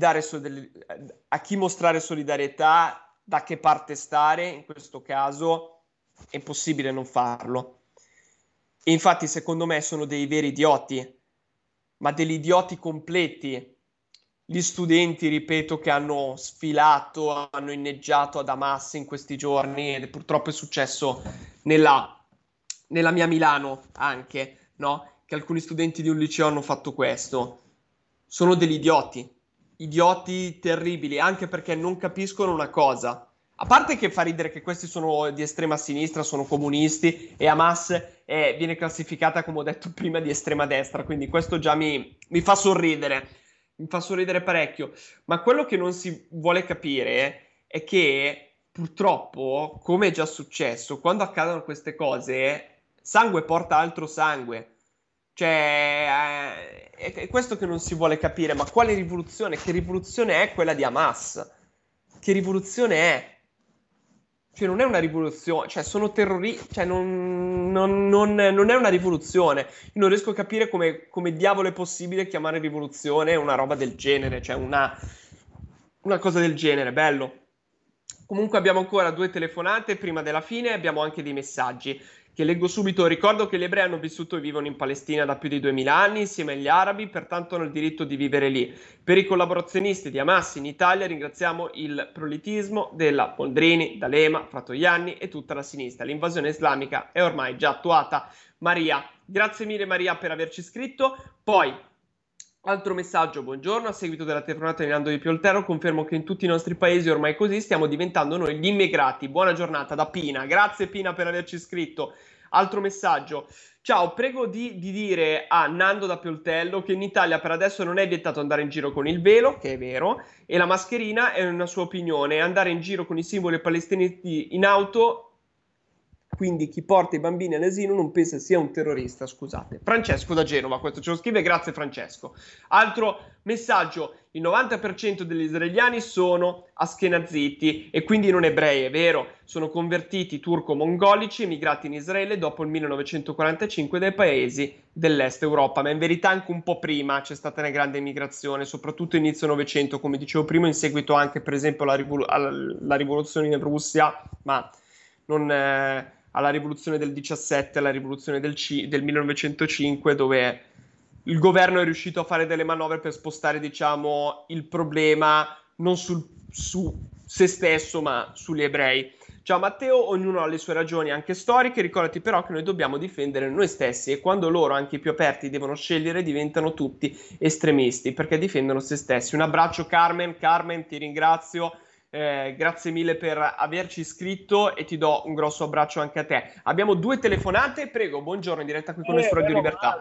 chi mostrare solidarietà, da che parte stare. In questo caso è impossibile non farlo. E infatti, secondo me, sono dei veri idioti, ma degli idioti completi. Gli studenti, ripeto, che hanno sfilato, hanno inneggiato ad Hamas in questi giorni, ed purtroppo è successo nella mia Milano anche, no? Che alcuni studenti di un liceo hanno fatto questo. Sono degli idioti terribili, anche perché non capiscono una cosa. A parte che fa ridere che questi sono di estrema sinistra, sono comunisti, e Hamas viene classificata, come ho detto prima, di estrema destra, quindi questo già mi fa sorridere. Mi fa sorridere parecchio. Ma quello che non si vuole capire è che purtroppo, come è già successo, quando accadono queste cose, sangue porta altro sangue. Cioè, è questo che non si vuole capire. Ma quale rivoluzione? Che rivoluzione è quella di Hamas? Che rivoluzione è? Cioè, non è una rivoluzione, cioè, sono terroristi, cioè, non è una rivoluzione. Io non riesco a capire come diavolo è possibile chiamare rivoluzione una roba del genere, cioè una cosa del genere, bello. Comunque abbiamo ancora 2 telefonate prima della fine, abbiamo anche dei messaggi che leggo subito. Ricordo che gli ebrei hanno vissuto e vivono in Palestina da più di 2000 anni insieme agli arabi, pertanto hanno il diritto di vivere lì. Per i collaborazionisti di Hamas in Italia ringraziamo il prolitismo della Boldrini, D'Alema, Fratoianni e tutta la sinistra. L'invasione islamica è ormai già attuata. Maria, grazie mille Maria per averci scritto. Poi altro messaggio: buongiorno, a seguito della telefonata di Nando di Pioltello confermo che in tutti i nostri paesi ormai così stiamo diventando noi gli immigrati. Buona giornata da Pina. Grazie Pina per averci scritto. Altro messaggio: ciao, prego di dire a Nando da Pioltello che in Italia per adesso non è vietato andare in giro con il velo, che è vero, e la mascherina è una sua opinione, andare in giro con i simboli palestinesi in auto. Quindi chi porta i bambini all'asilo non pensa sia un terrorista, scusate. Francesco da Genova, questo ce lo scrive, grazie Francesco. Altro messaggio: il 90% degli israeliani sono ashkenazitti e quindi non ebrei, è vero, sono convertiti turco-mongolici emigrati in Israele dopo il 1945 dai paesi dell'est Europa, ma in verità anche un po' prima c'è stata una grande immigrazione, soprattutto inizio Novecento, come dicevo prima, in seguito anche per esempio alla rivoluzione in Russia, ma non alla rivoluzione del 17, alla rivoluzione del 1905, dove il governo è riuscito a fare delle manovre per spostare, diciamo, il problema non su se stesso, ma sugli ebrei. Ciao Matteo, ognuno ha le sue ragioni anche storiche, ricordati però che noi dobbiamo difendere noi stessi, e quando loro, anche i più aperti, devono scegliere, diventano tutti estremisti, perché difendono se stessi. Un abbraccio Carmen, ti ringrazio. Grazie mille per averci iscritto e ti do un grosso abbraccio anche a te. Abbiamo 2 telefonate, prego, buongiorno, in diretta qui con noi su Radio Libertà.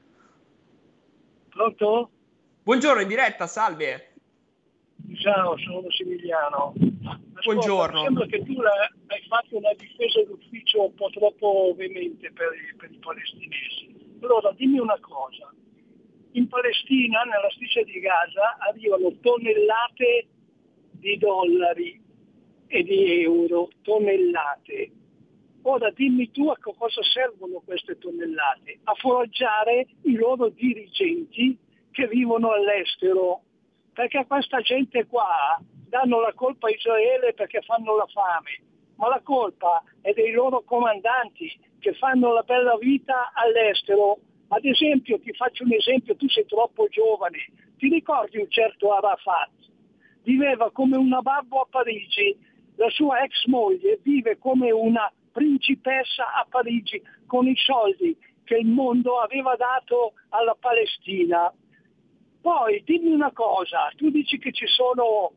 Pronto? Buongiorno, in diretta, salve. Ciao, sono Massimiliano. Buongiorno. Mi sembra che tu hai fatto una difesa d'ufficio un po' troppo veemente per i palestinesi. Allora dimmi una cosa: in Palestina, nella striscia di Gaza, arrivano tonnellate di dollari e di euro, tonnellate. Ora dimmi tu a cosa servono queste tonnellate: a foraggiare i loro dirigenti che vivono all'estero, perché a questa gente qua danno la colpa a Israele perché fanno la fame, ma la colpa è dei loro comandanti che fanno la bella vita all'estero. Ad esempio, ti faccio un esempio, tu sei troppo giovane, ti ricordi un certo Arafat? viveva come una babbo a Parigi, la sua ex moglie vive come una principessa a Parigi con i soldi che il mondo aveva dato alla Palestina. Poi dimmi una cosa, tu dici che ci sono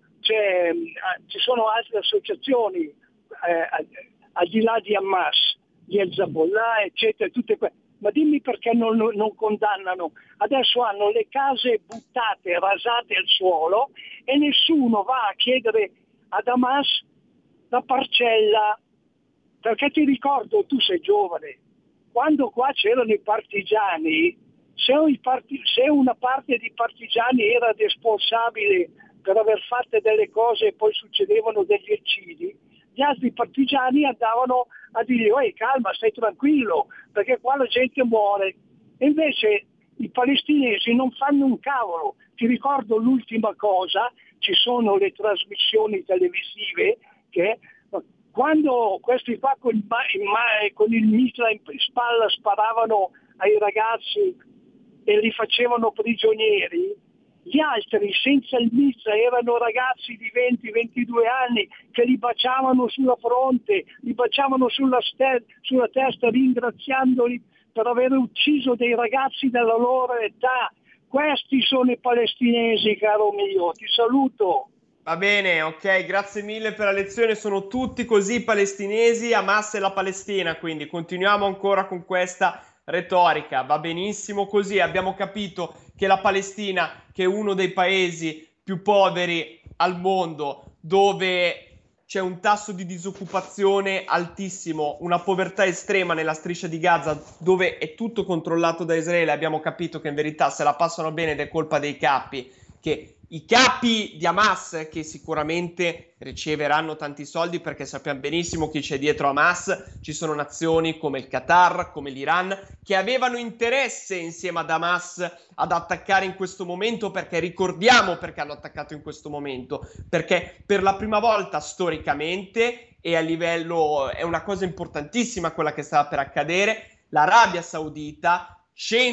altre associazioni al di là di Hamas, di Hezbollah, eccetera, tutte ma dimmi perché non condannano. Adesso hanno le case buttate, rasate al suolo e nessuno va a chiedere ad Hamas la parcella, perché ti ricordo, tu sei giovane, quando qua c'erano i partigiani, se una parte di partigiani era responsabile per aver fatto delle cose e poi succedevano degli eccidi, gli altri partigiani andavano a dire calma, stai tranquillo, perché qua la gente muore. E invece i palestinesi non fanno un cavolo. Ti ricordo l'ultima cosa, ci sono le trasmissioni televisive che quando questi qua con il mitra in spalla sparavano ai ragazzi e li facevano prigionieri, gli altri senza il mitra erano ragazzi di 20-22 anni che li baciavano sulla fronte, li baciavano sulla testa ringraziandoli per aver ucciso dei ragazzi della loro età. Questi sono i palestinesi, caro mio, ti saluto. Va bene, ok, grazie mille per la lezione, sono tutti così palestinesi, Hamas e la Palestina, quindi continuiamo ancora con questa retorica, va benissimo così, abbiamo capito che la Palestina, che è uno dei paesi più poveri al mondo, dove c'è un tasso di disoccupazione altissimo, una povertà estrema nella striscia di Gaza, dove è tutto controllato da Israele, abbiamo capito che in verità se la passano bene ed è colpa dei capi, che i capi di Hamas, che sicuramente riceveranno tanti soldi perché sappiamo benissimo chi c'è dietro Hamas, ci sono nazioni come il Qatar, come l'Iran, che avevano interesse insieme ad Hamas ad attaccare in questo momento, perché ricordiamo perché hanno attaccato in questo momento, perché per la prima volta storicamente e a livello, è una cosa importantissima quella che stava per accadere, l'Arabia Saudita,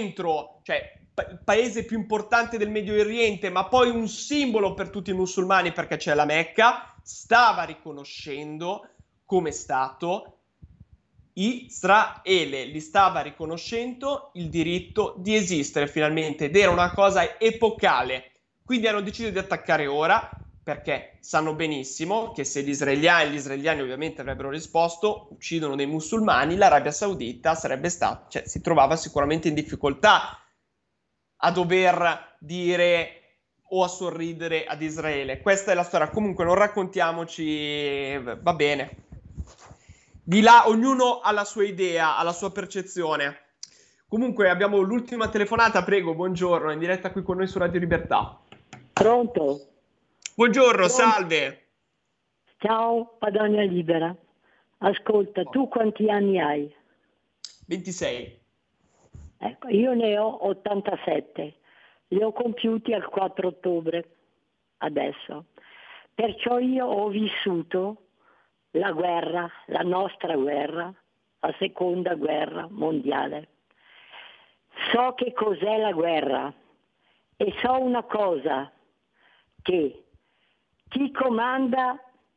il paese più importante del Medio Oriente, ma poi un simbolo per tutti i musulmani perché c'è la Mecca, stava riconoscendo come Stato Israele, gli stava riconoscendo il diritto di esistere finalmente ed era una cosa epocale. Quindi hanno deciso di attaccare ora perché sanno benissimo che se gli israeliani ovviamente avrebbero risposto, uccidono dei musulmani, l'Arabia Saudita si trovava sicuramente in difficoltà a dover dire o a sorridere ad Israele. Questa è la storia. Comunque non raccontiamoci, va bene. Di là ognuno ha la sua idea, ha la sua percezione. Comunque abbiamo l'ultima telefonata, prego, buongiorno, in diretta qui con noi su Radio Libertà. Pronto? Buongiorno, Pronto? salve. Ciao, Padania Libera. Ascolta, tu quanti anni hai? 26. Ecco, io ne ho 87, li ho compiuti al 4 ottobre, adesso. Perciò io ho vissuto la guerra, la nostra guerra, la seconda guerra mondiale. So che cos'è la guerra e so una cosa, che chi comanda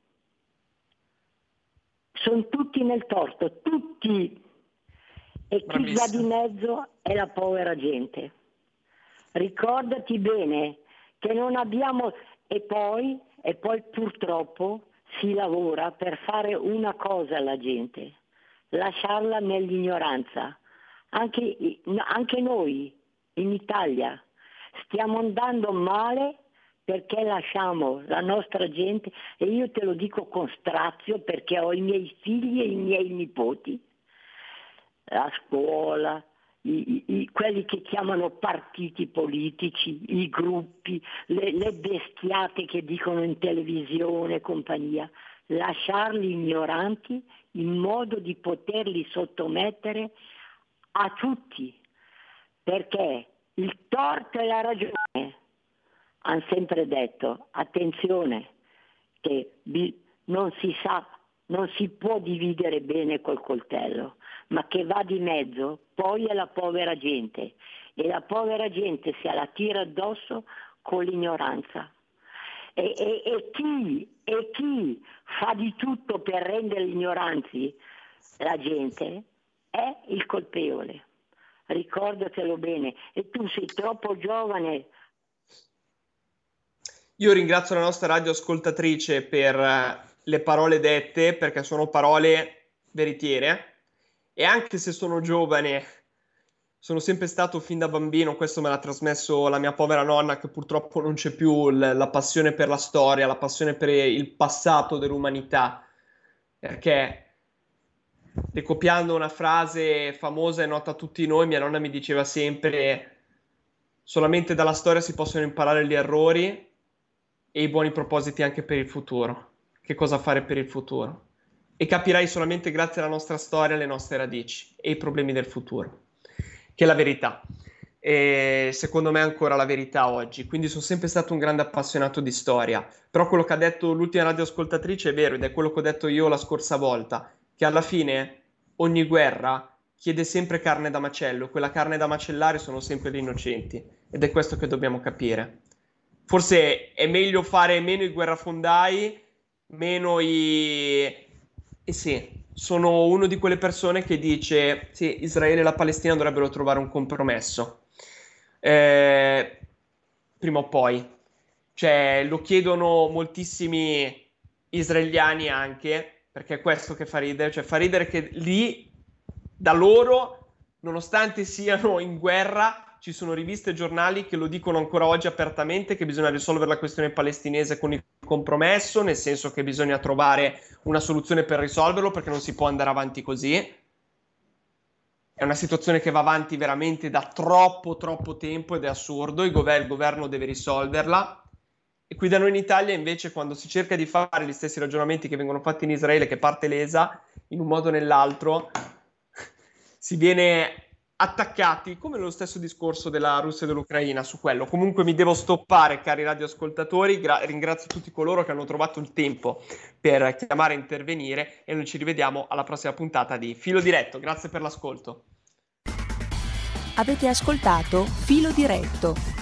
sono tutti nel torto, tutti. E chi sta di mezzo è la povera gente. Ricordati bene che non abbiamo... E poi purtroppo si lavora per fare una cosa alla gente, lasciarla nell'ignoranza. Anche noi in Italia stiamo andando male perché lasciamo la nostra gente, e io te lo dico con strazio perché ho i miei figli e i miei nipoti, la scuola, quelli che chiamano partiti politici, i gruppi, le bestiate che dicono in televisione e compagnia, lasciarli ignoranti in modo di poterli sottomettere a tutti, perché il torto e la ragione hanno sempre detto, attenzione, che non si può dividere bene col coltello, ma che va di mezzo poi è la povera gente, e la povera gente se la tira addosso con l'ignoranza. E chi fa di tutto per rendere ignoranti la gente è il colpevole. Ricordatelo bene. E tu sei troppo giovane. Io ringrazio la nostra radioascoltatrice per le parole dette, perché sono parole veritiere, e anche se sono giovane, sono sempre stato fin da bambino, questo me l'ha trasmesso la mia povera nonna, che purtroppo non c'è più, la passione per la storia, la passione per il passato dell'umanità, perché ricopiando una frase famosa e nota a tutti noi, mia nonna mi diceva sempre: solamente dalla storia si possono imparare gli errori e i buoni propositi anche per il futuro. Che cosa fare per il futuro? E capirai solamente grazie alla nostra storia, alle nostre radici e i problemi del futuro, che è la verità. E secondo me è ancora la verità oggi. Quindi sono sempre stato un grande appassionato di storia. Però quello che ha detto l'ultima radioascoltatrice è vero, ed è quello che ho detto io la scorsa volta, che alla fine ogni guerra chiede sempre carne da macello, e quella carne da macellare sono sempre gli innocenti, ed è questo che dobbiamo capire. Forse è meglio fare meno i guerrafondai, meno e sì, sono uno di quelle persone che dice sì, Israele e la Palestina dovrebbero trovare un compromesso prima o poi, cioè lo chiedono moltissimi israeliani anche, perché è questo che fa ridere, cioè fa ridere che lì da loro, nonostante siano in guerra, ci sono riviste e giornali che lo dicono ancora oggi apertamente, che bisogna risolvere la questione palestinese con il compromesso, nel senso che bisogna trovare una soluzione per risolverlo, perché non si può andare avanti così. È una situazione che va avanti veramente da troppo tempo ed è assurdo. Il governo deve risolverla. E qui da noi in Italia invece, quando si cerca di fare gli stessi ragionamenti che vengono fatti in Israele, che parte lesa in un modo o nell'altro, si viene attaccati, come nello stesso discorso della Russia e dell'Ucraina su quello. Comunque mi devo stoppare, cari radioascoltatori, ringrazio tutti coloro che hanno trovato il tempo per chiamare e intervenire, e noi ci rivediamo alla prossima puntata di Filo Diretto. Grazie per l'ascolto. Avete ascoltato Filo Diretto,